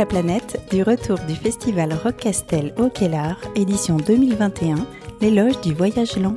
planète, du retour du festival Rock Castel au Kellar, édition 2021, l'éloge du voyage lent.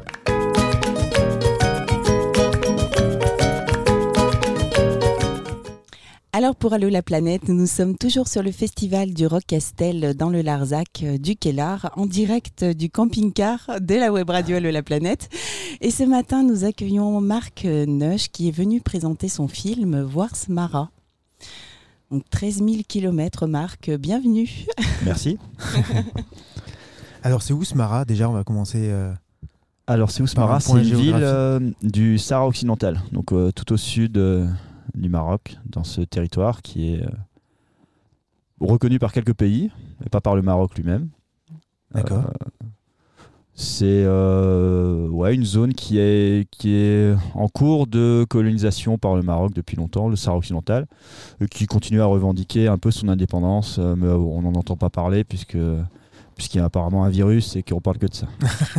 Alors pour Allô la planète, nous sommes toujours sur le festival du Rock Castel dans le Larzac du Kellar, en direct du camping-car de la web radio Allô la planète. Et ce matin, nous accueillons Marc Neusch qui est venu présenter son film Voir Smara. Donc 13 000 km, Marc, bienvenue. Merci. Alors c'est où Smara? Déjà, on va commencer. Alors c'est où Smara? C'est une ville du Sahara occidental, donc tout au sud du Maroc, dans ce territoire qui est reconnu par quelques pays, mais pas par le Maroc lui-même. D'accord. C'est une zone qui est en cours de colonisation par le Maroc depuis longtemps, le Sahara occidental, qui continue à revendiquer un peu son indépendance, mais on n'en entend pas parler puisqu'il y a apparemment un virus et qu'on parle que de ça.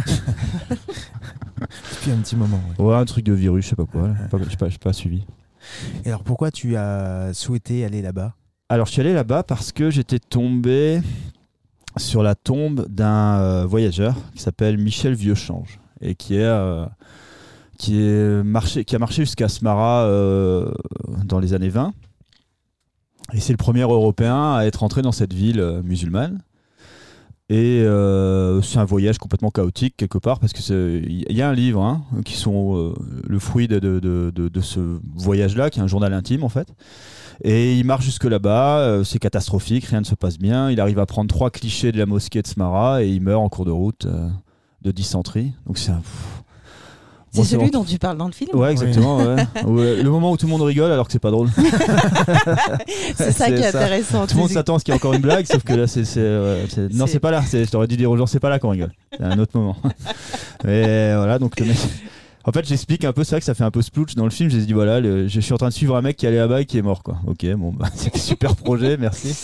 Depuis un petit moment. Ouais, un truc de virus, je sais pas quoi, je sais pas suivi. Et alors pourquoi tu as souhaité aller là-bas? Alors je suis allé là-bas parce que j'étais tombé sur la tombe d'un voyageur qui s'appelle Michel Vieuxchange et qui a marché jusqu'à Smara dans les années 20. Et c'est le premier Européen à être entré dans cette ville musulmane. Et c'est un voyage complètement chaotique quelque part parce que il y a un livre qui sont le fruit de ce voyage-là, qui est un journal intime en fait. Et il marche jusque là-bas, c'est catastrophique, rien ne se passe bien. Il arrive à prendre 3 clichés de la mosquée de Smara et il meurt en cours de route de dysenterie. Donc c'est C'est celui dont tu parles dans le film? Ouais, exactement. Ouais. Ouais, le moment où tout le monde rigole alors que c'est pas drôle. C'est ça qui est intéressant. Tout le monde s'attend à ce qu'il y ait encore une blague, sauf que là, non, c'est pas là. Je t'aurais dû dire aux gens, c'est pas là qu'on rigole. C'est un autre moment. Mais voilà, donc le mec. En fait, j'explique un peu, c'est vrai que ça fait un peu splouch dans le film. J'ai dit voilà, je suis en train de suivre un mec qui allait là-bas et qui est mort, quoi. Ok, bon, bah, c'est un super projet, merci.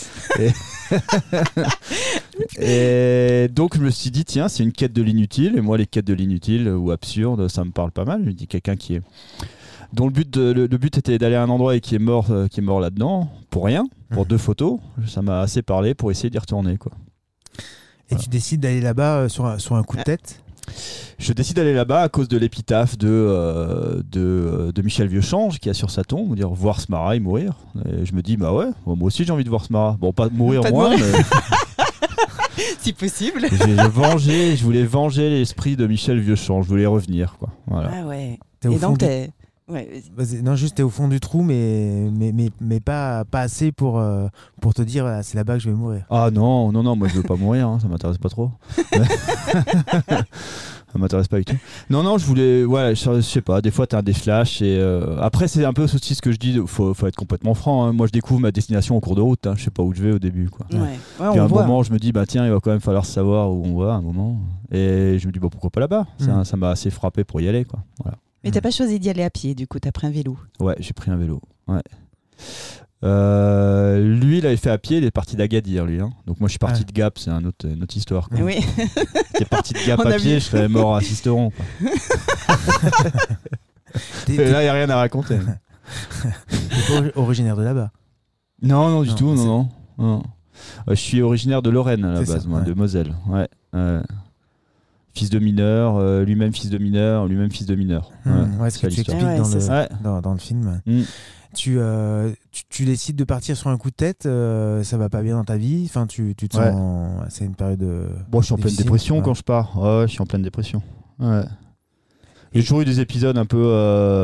Et donc, je me suis dit tiens, c'est une quête de l'inutile. Et moi, les quêtes de l'inutile ou absurdes, ça me parle pas mal. Je me dis quelqu'un dont le but était d'aller à un endroit et qui est mort là-dedans pour rien, pour 2 photos. Ça m'a assez parlé pour essayer d'y retourner, quoi. Et tu décides d'aller là-bas sur un coup de tête? Je décide d'aller là-bas à cause de l'épitaphe de Michel Vieuxchange qui a sur sa tombe, dire voir Smara et mourir. Et je me dis bah ouais, moi aussi j'ai envie de voir Smara. Bon, pas de mourir moi, mais si possible. Je voulais venger l'esprit de Michel Vieuxchange, je voulais revenir, quoi. Voilà. Ah ouais. Et donc Ouais. juste t'es au fond du trou, mais pas assez pour te dire voilà, c'est là-bas que je vais mourir. Ah non, moi je veux pas mourir, ça m'intéresse pas trop. Ça m'intéresse pas du tout. Non, je voulais, je sais pas, des fois t'as des flashs et après c'est un peu aussi ce que je dis, faut être complètement franc. Moi je découvre ma destination en cours de route, je sais pas où je vais au début, quoi. Ouais, puis à un moment je me dis bah tiens, il va quand même falloir savoir où on va à un moment. Et je me dis bah pourquoi pas là-bas. Ça m'a assez frappé pour y aller, quoi. Voilà. Mais t'as pas choisi d'y aller à pied, du coup, t'as pris un vélo. Ouais, j'ai pris un vélo. Ouais. Lui, il avait fait à pied, il est parti d'Agadir, lui. Donc moi, je suis parti de Gap, c'est une autre histoire, quoi. Oui. J'étais parti de Gap à pied, je serais mort à Sisteron, quoi. Et là, il n'y a rien à raconter. T'es pas originaire de là-bas? Non, du tout, non. Je suis originaire de Lorraine, à la base, moi, de Moselle. Ouais. Fils de mineur, lui-même fils de mineur, lui-même fils de mineur. C'est ce que tu expliques dans le film. Tu décides de partir sur un coup de tête, ça va pas bien dans ta vie, enfin tu te sens, c'est une période. Bon, je suis en pleine dépression quand je pars. Ouais, je suis en pleine dépression. Ouais. J'ai toujours eu des épisodes un peu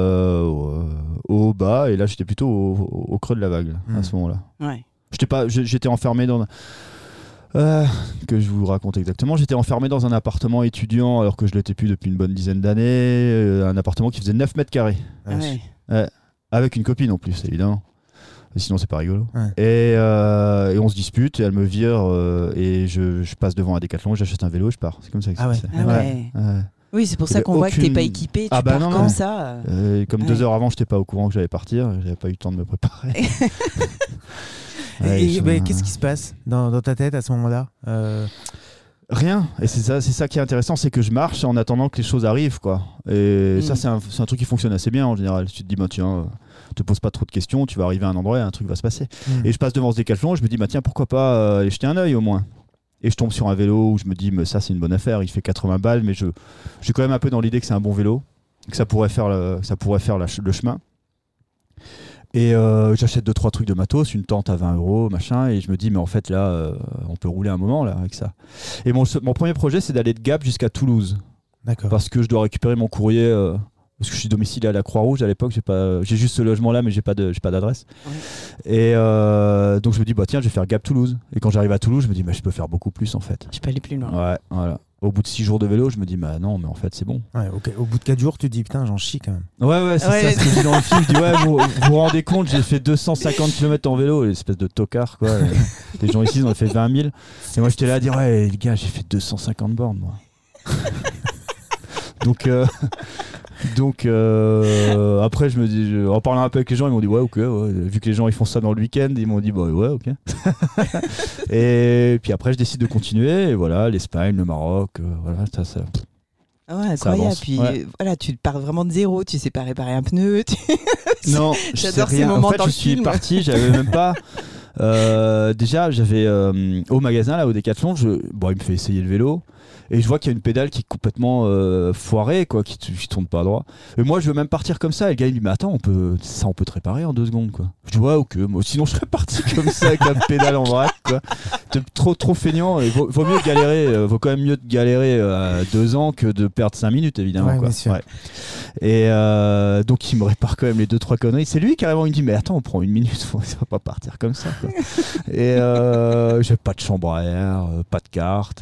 au bas, et là j'étais plutôt au creux de la vague à ce moment-là. Ouais. J'étais enfermé dans. Que je vous raconte exactement. J'étais enfermé dans un appartement étudiant alors que je l'étais plus depuis une bonne dizaine d'années. Un appartement qui faisait 9 mètres carrés. Avec une copine en plus, évidemment. Sinon, c'est pas rigolo. Ouais. Et on se dispute et elle me vire et je passe devant un Décathlon, j'achète un vélo et je pars. C'est comme ça que ça se fait. Oui, c'est pour ça qu'on voit que t'es pas équipé. Tu pars comme ça. Comme 2 heures avant, j'étais pas au courant que j'allais partir. J'avais pas eu le temps de me préparer. Et qu'est-ce qui se passe dans ta tête à ce moment-là? Rien. Et c'est ça qui est intéressant, c'est que je marche en attendant que les choses arrivent, quoi. Et ça, c'est un truc qui fonctionne assez bien en général. Tu te dis, bah tiens, te pose pas trop de questions, tu vas arriver à un endroit et un truc va se passer. Et je passe devant ce Décathlon et je me dis, bah tiens, pourquoi pas aller jeter un œil au moins. Et je tombe sur un vélo où je me dis, mais ça c'est une bonne affaire, il fait 80 balles, mais je suis quand même un peu dans l'idée que c'est un bon vélo, que ça pourrait faire le chemin. Et j'achète 2-3 trucs de matos, une tente à 20 €, machin, et je me dis, mais en fait là, on peut rouler un moment là avec ça. Et mon premier projet, c'est d'aller de Gap jusqu'à Toulouse. D'accord. Parce que je dois récupérer mon courrier, parce que je suis domicilié à la Croix-Rouge à l'époque, j'ai juste ce logement là, mais j'ai pas d'adresse. Ouais. Et donc je me dis, bah tiens, je vais faire Gap Toulouse. Et quand j'arrive à Toulouse, je me dis, bah je peux faire beaucoup plus en fait. Je peux aller plus loin. Ouais, voilà. Au bout de 6 jours de vélo, je me dis, bah non, mais en fait, c'est bon. Ouais, okay. Au bout de 4 jours, tu te dis, putain, j'en chie quand même. Ouais, c'est ça ce que je dis dans le film. Je dis, ouais, vous vous rendez compte, j'ai fait 250 km en vélo, l'espèce de tocard, quoi. Les gens ici, ils ont fait 20 000. Et moi, j'étais là à dire, ouais, les gars, j'ai fait 250 bornes, moi. Donc après je me dis, en parlant un peu avec les gens, ils m'ont dit ouais, vu que les gens ils font ça dans le week-end, ils m'ont dit bah ouais, ok. Et puis après je décide de continuer, et voilà, l'Espagne, le Maroc, voilà, ça. Ouais, incroyable. Puis voilà, tu pars vraiment de zéro, tu sais pas réparer un pneu. Non, j'adore ces moments. En fait, je suis parti, j'avais même pas. Déjà, j'avais au magasin là, au Décathlon, il me fait essayer le vélo. Et je vois qu'il y a une pédale qui est complètement foirée, quoi, qui tourne pas droit. Et moi, je veux même partir comme ça. Et le gars, il me dit, mais attends, on peut te réparer en 2 secondes, quoi. Je dis, ouais, ok. Moi, sinon, je serais parti comme ça avec la pédale en vrac, quoi. C'est trop feignant. Et vaut mieux galérer. Vaut quand même mieux de galérer 2 ans que de perdre 5 minutes, évidemment, quoi. Ouais. Et donc, il me répare quand même les 2-3 conneries. C'est lui carrément, il me dit, mais attends, on prend 1 minute. Ça va pas partir comme ça, quoi. Et j'ai pas de chambre à air, pas de carte.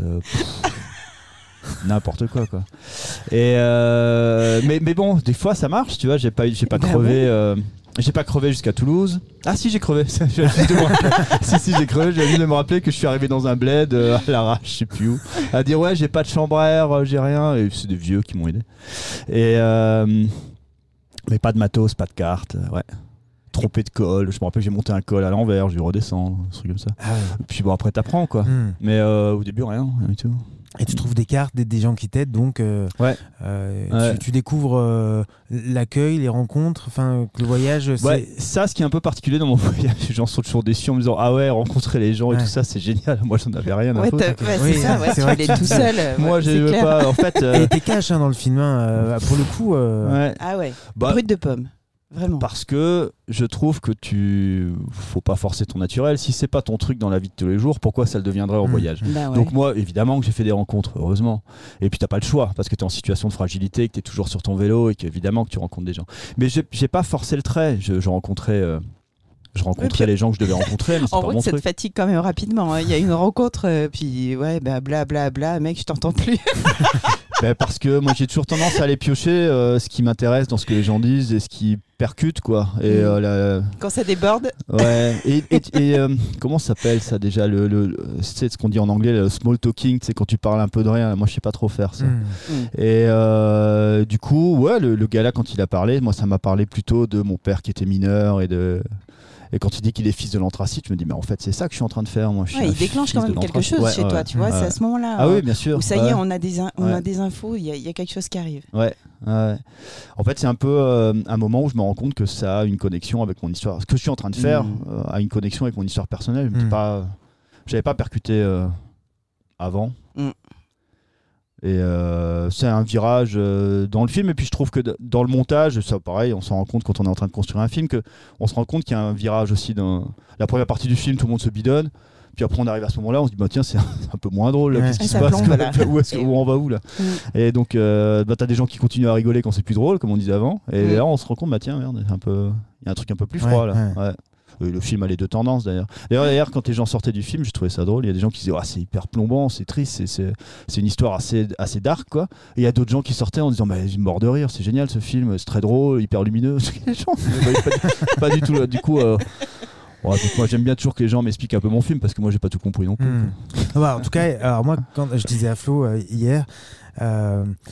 N'importe quoi. Et mais bon, des fois ça marche, tu vois. J'ai pas crevé. J'ai pas crevé jusqu'à Toulouse. Ah si, j'ai crevé. Si j'ai crevé. J'ai envie de me rappeler que je suis arrivé dans un bled à l'arrache, je sais plus où, à dire ouais, j'ai pas de chambre à air, j'ai rien. Et c'est des vieux qui m'ont aidé. Et mais pas de matos, pas de carte. Ouais. Trompé de colle. Je me rappelle que j'ai monté un col à l'envers, j'ai dû redescendre, un truc comme ça. Ah ouais. Et puis bon, après t'apprends, quoi. Mais au début rien du tout. Et tu trouves des cartes, des gens qui t'aident, donc tu découvres l'accueil, les rencontres, enfin le voyage. Ouais, ça, ce qui est un peu particulier dans mon voyage, les gens sont toujours déçus en me disant ah ouais, rencontrer les gens et tout ça, c'est génial. Moi, j'en avais rien à foutre. C'est ça, tu allais tout seul. Moi, je veux pas. En fait, elle était cash dans le film, pour le coup. Ah ouais. Brut de pomme. Vraiment. Parce que je trouve que faut pas forcer ton naturel. Si c'est pas ton truc dans la vie de tous les jours, pourquoi ça le deviendrait en voyage? Bah ouais. Donc moi, évidemment que j'ai fait des rencontres, heureusement. Et puis t'as pas le choix parce que t'es en situation de fragilité, que t'es toujours sur ton vélo et qu'évidemment que tu rencontres des gens. Mais j'ai pas forcé le trait. Je rencontrais les gens que je devais rencontrer, mais c'est en pas vrai, mon ça truc. te fatigue quand même rapidement. Hein. Il y a une rencontre, puis ouais, bah bla, mec, je t'entends plus. Parce que moi, j'ai toujours tendance à aller piocher ce qui m'intéresse dans ce que les gens disent et ce qui percute, quoi. Et, quand ça déborde. Ouais. Et comment ça s'appelle ça déjà c'est ce qu'on dit en anglais, le small talking, c'est quand tu parles un peu de rien. Moi, je sais pas trop faire ça. Et du coup, ouais, le gars là, quand il a parlé, moi, ça m'a parlé plutôt de mon père qui était mineur et quand il dit qu'il est fils de l'anthracite, je me dis mais en fait c'est ça que je suis en train de faire moi. Il déclenche quand même quelque chose chez toi, tu vois. C'est à ce moment-là. Ah oui, bien sûr. Où ça y est, on a des infos, il y a quelque chose qui arrive. Ouais. En fait, c'est un peu un moment où je me rends compte que ça a une connexion avec mon histoire. Ce que je suis en train de faire a une connexion avec mon histoire personnelle. J'avais pas percuté avant. Et c'est un virage dans le film, et puis je trouve que dans le montage, ça pareil, on s'en rend compte quand on est en train de construire un film, qu'on se rend compte qu'il y a un virage aussi dans la première partie du film, tout le monde se bidonne, puis après on arrive à ce moment là, on se dit bah tiens, c'est un peu moins drôle là, qu'est-ce qui se passe, où on va où là. Et donc t'as des gens qui continuent à rigoler quand c'est plus drôle, comme on disait avant, et là on se rend compte bah tiens merde, il y a un truc un peu plus froid là. Ouais. Le film a les deux tendances d'ailleurs. D'ailleurs, quand les gens sortaient du film, je trouvais ça drôle. Il y a des gens qui disaient c'est hyper plombant, c'est triste, c'est une histoire assez dark, quoi. Et il y a d'autres gens qui sortaient en disant mort de rire, c'est génial ce film, c'est très drôle, hyper lumineux. Les gens, pas du tout. Du coup, donc moi j'aime bien toujours que les gens m'expliquent un peu mon film parce que moi j'ai pas tout compris non plus. En tout cas, alors moi quand je disais à Flo hier.